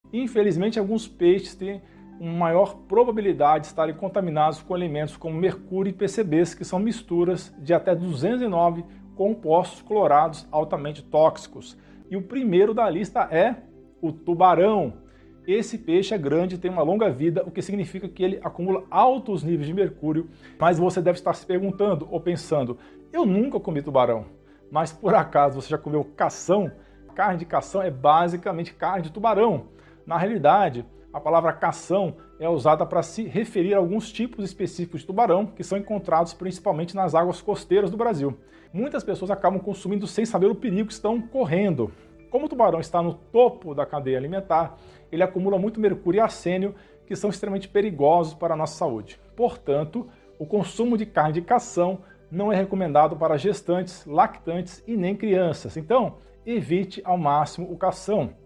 Infelizmente, alguns peixes têm uma maior probabilidade de estarem contaminados com alimentos como mercúrio e PCBs, que são misturas de até 209 compostos clorados altamente tóxicos. E o primeiro da lista é o tubarão. Esse peixe é grande e tem uma longa vida, o que significa que ele acumula altos níveis de mercúrio, mas você deve estar se perguntando ou pensando, eu nunca comi tubarão, mas por acaso você já comeu cação? Carne de cação é basicamente carne de tubarão. Na realidade, a palavra cação é usada para se referir a alguns tipos específicos de tubarão que são encontrados principalmente nas águas costeiras do Brasil. Muitas pessoas acabam consumindo sem saber o perigo que estão correndo. Como o tubarão está no topo da cadeia alimentar, ele acumula muito mercúrio e arsênio, que são extremamente perigosos para a nossa saúde. Portanto, o consumo de carne de cação não é recomendado para gestantes, lactantes e nem crianças. Então, evite ao máximo o cação.